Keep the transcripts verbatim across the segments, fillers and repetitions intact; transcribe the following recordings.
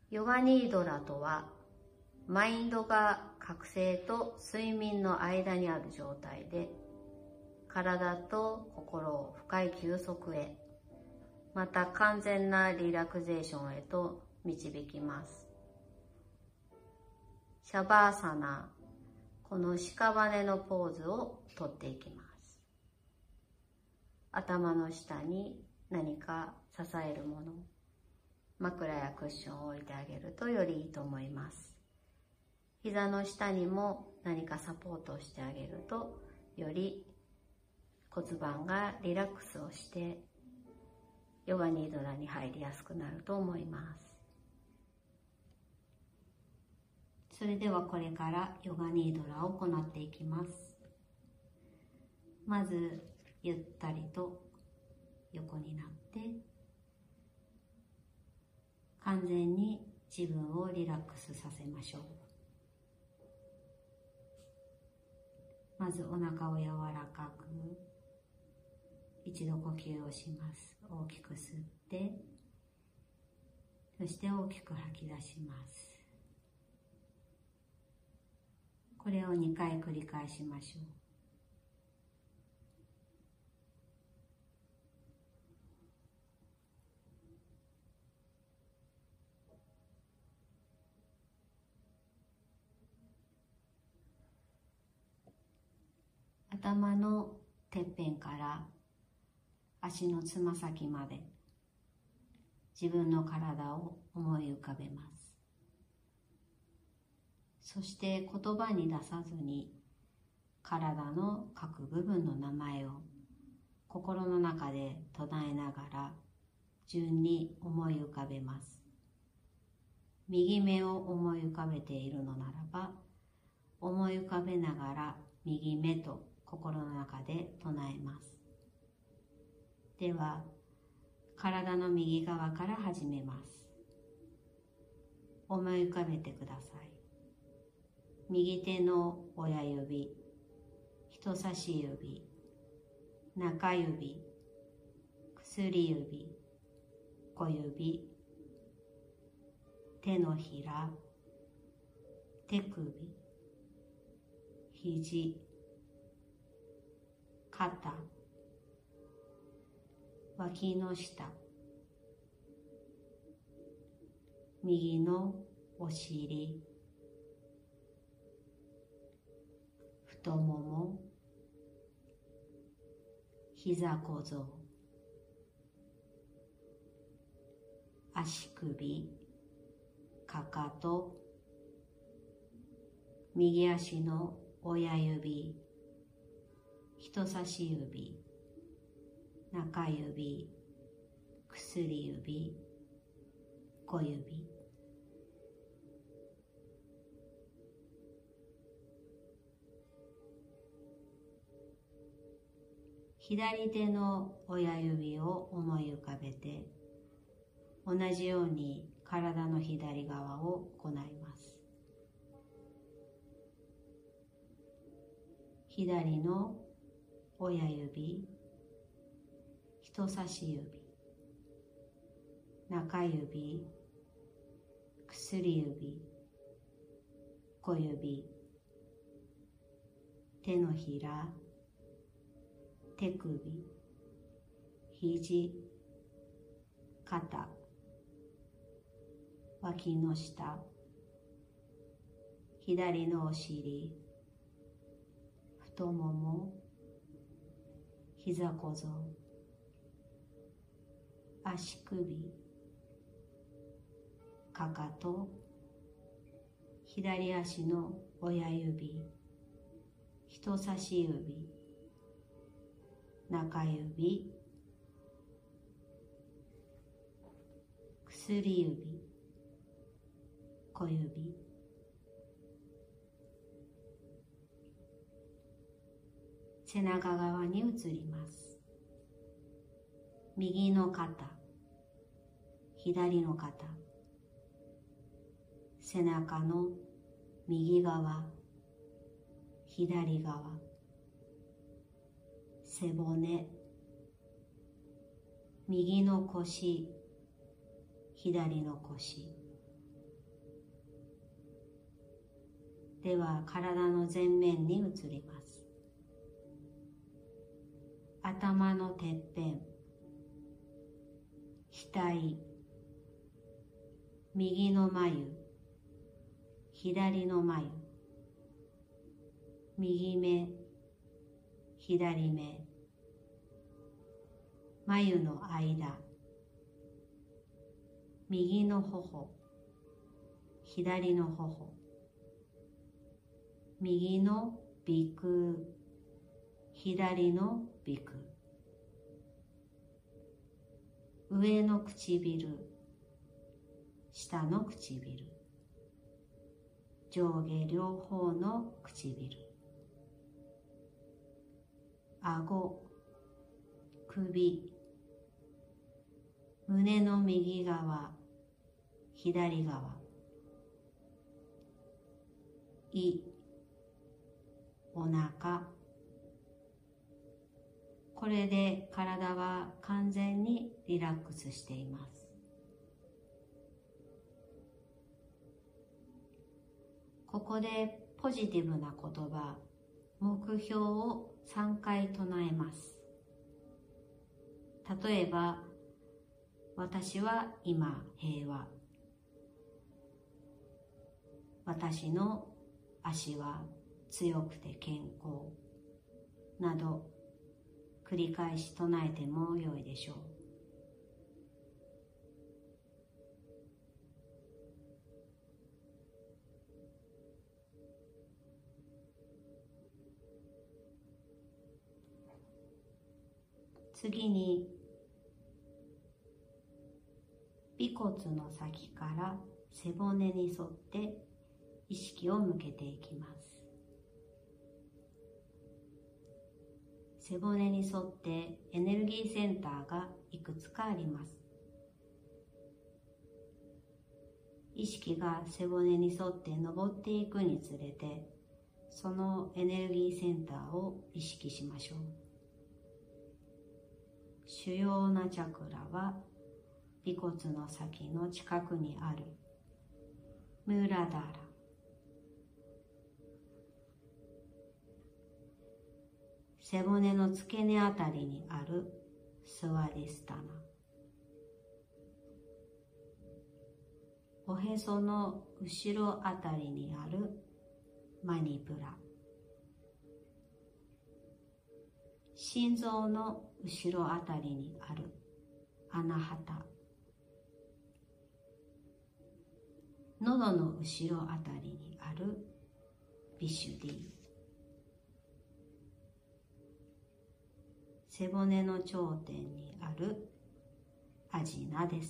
ヨガニードラとは、マインドが覚醒と睡眠の間にある状態で、体と心を深い休息へ、また完全なリラクゼーションへと導きます。シャバーサナ、この屍のポーズをとっていきます。頭の下に何か支えるもの、枕やクッションを置いてあげるとよりいいと思います。膝の下にも何かサポートをしてあげると、より骨盤がリラックスをして、ヨガニードラに入りやすくなると思います。それではこれからヨガニードラを行っていきます。まず、ゆったりと横になって、完全に自分をリラックスさせましょう。まずお腹を柔らかく、一度呼吸をします。大きく吸って、そして大きく吐き出します。これをにかい繰り返しましょう。頭のてっぺんから足のつま先まで自分の体を思い浮かべます。そして言葉に出さずに体の各部分の名前を心の中で唱えながら順に思い浮かべます。右目を思い浮かべているのならば、思い浮かべながら右目と心の中で唱えます。では、体の右側から始めます。思い浮かべてください。右手の親指、人差し指、中指、薬指、小指、手のひら、手首、肘、肩、脇の下、右のお尻、太もも、膝小僧、足首、かかと、右足の親指、人差し指、中指、薬指、小指、左手の親指を思い浮かべて、同じように体の左側を行います。左の親指、人差し指、中指、薬指、小指、手のひら、手首、肘、肩、脇の下、左のお尻、太もも、膝小僧、足首、かかと、左足の親指、人差し指、中指、薬指、小指、背中側に移ります。右の肩、左の肩、背中の右側、左側、背骨、右の腰、左の腰、 では体の前面に移ります。頭のてっぺん、額、右の眉、左の眉、右目、左目、眉の間、右の頬、左の頬、右の鼻腔、左の鼻腔、上の唇、下の唇、上下両方の唇、顎、首、胸の右側、左側、胃、お腹。これで体は完全にリラックスしています。ここでポジティブな言葉、目標をさんかい唱えます。例えば、私は今平和。私の足は強くて健康。など、繰り返し唱えてもよいでしょう。次に、尾骨の先から背骨に沿って意識を向けていきます。背骨に沿ってエネルギーセンターがいくつかあります。意識が背骨に沿って登っていくにつれて、そのエネルギーセンターを意識しましょう。主要なチャクラは尾骨の先の近くにあるムーラダーラ、背骨の付け根あたりにあるスワディスタナ、おへその後ろあたりにあるマニプラ、心臓の後ろあたりにあるアナハタ、喉の後ろあたりにあるビシュディ、背骨の頂点にあるアジナです。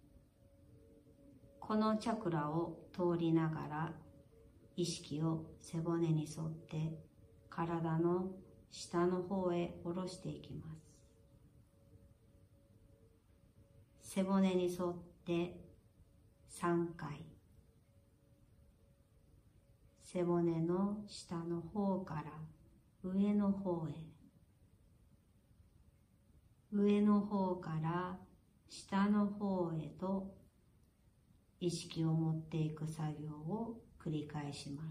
このチャクラを通りながら意識を背骨に沿って体の下の方へ下ろしていきます。背骨に沿ってさんかい、背骨の下の方から上の方へ、上の方から下の方へと意識を持っていく作業を繰り返します。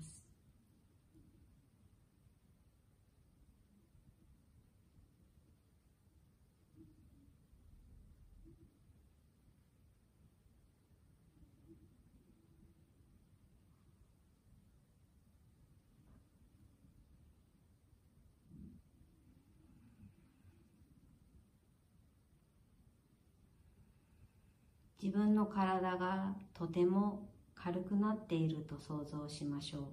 自分の体がとても軽くなっていると想像しましょう。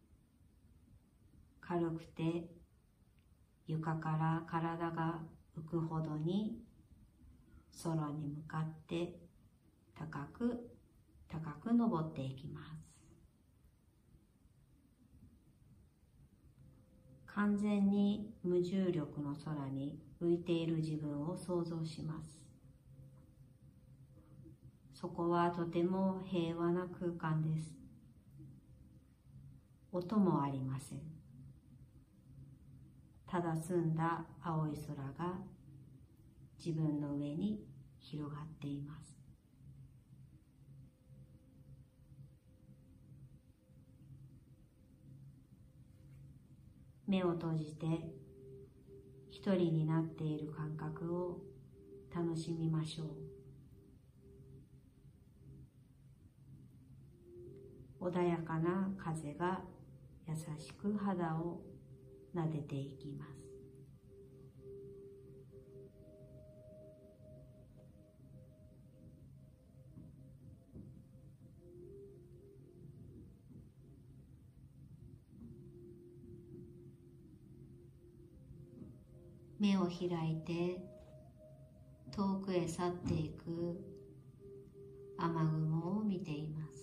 軽くて床から体が浮くほどに空に向かって高く高く登っていきます。完全に無重力の空に浮いている自分を想像します。そこはとても平和な空間です。音もありません。ただ澄んだ青い空が自分の上に広がっています。 目を閉じて一人になっている感覚を楽しみましょう。穏やかな風が優しく肌を撫でていきます。目を開いて遠くへ去っていく雨雲を見ています。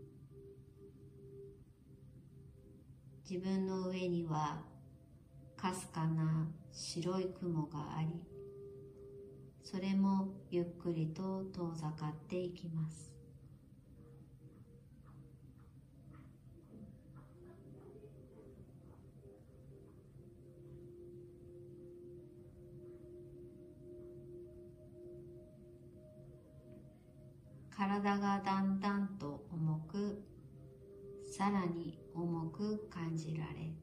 自分の上にはかすかな白い雲があり、それもゆっくりと遠ざかっていきます。体がだんだんと重く、さらに重く感じられ、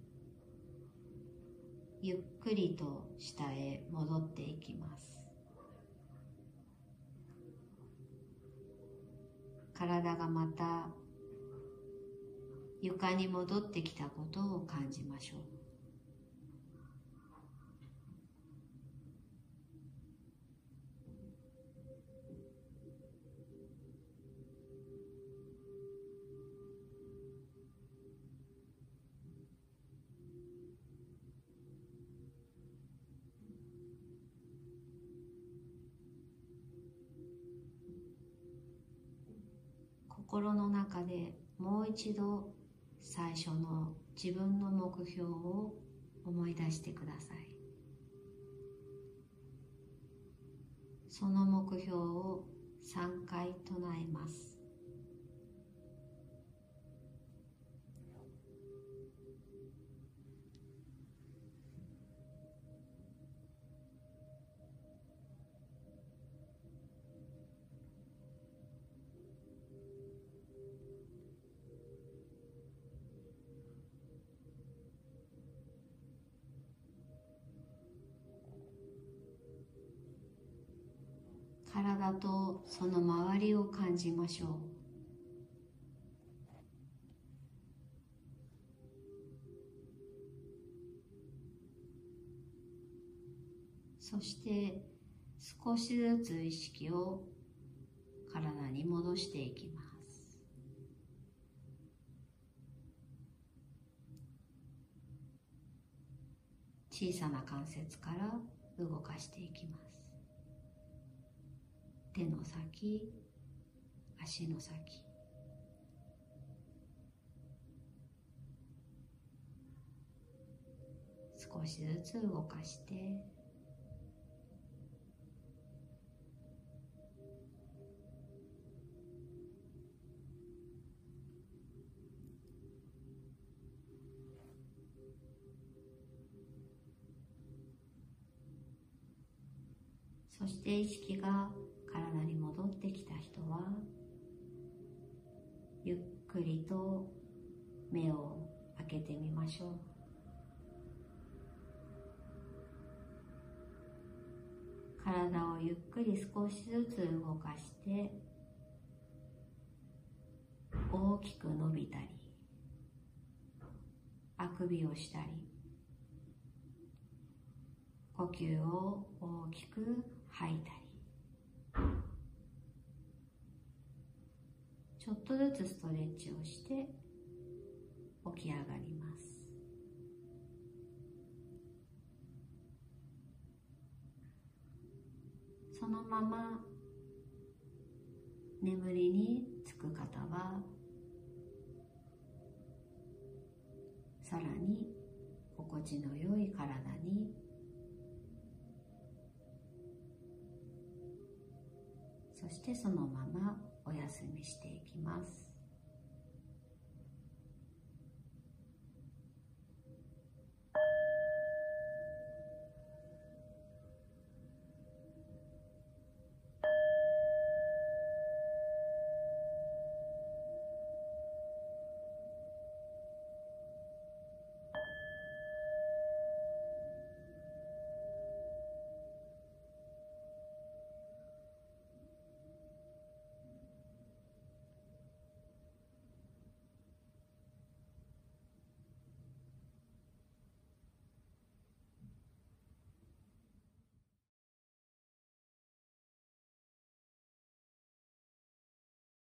ゆっくりと下へ戻っていきます。体がまた床に戻ってきたことを感じましょう。心の中でもう一度最初の自分の目標を思い出してください。その目標をさんかい唱えます。体とその周りを感じましょう。そして少しずつ意識を体に戻していきます。小さな関節から動かしていきます。手の先、足の先、少しずつ動かして、そして意識が体に戻ってきた人は、ゆっくりと目を開けてみましょう。体をゆっくり少しずつ動かして、大きく伸びたり、あくびをしたり、呼吸を大きく吐いたり、ちょっとずつストレッチをして起き上がります。そのまま眠りにつく方は、さらに心地の良い体にそしてそのままお休みしていきます。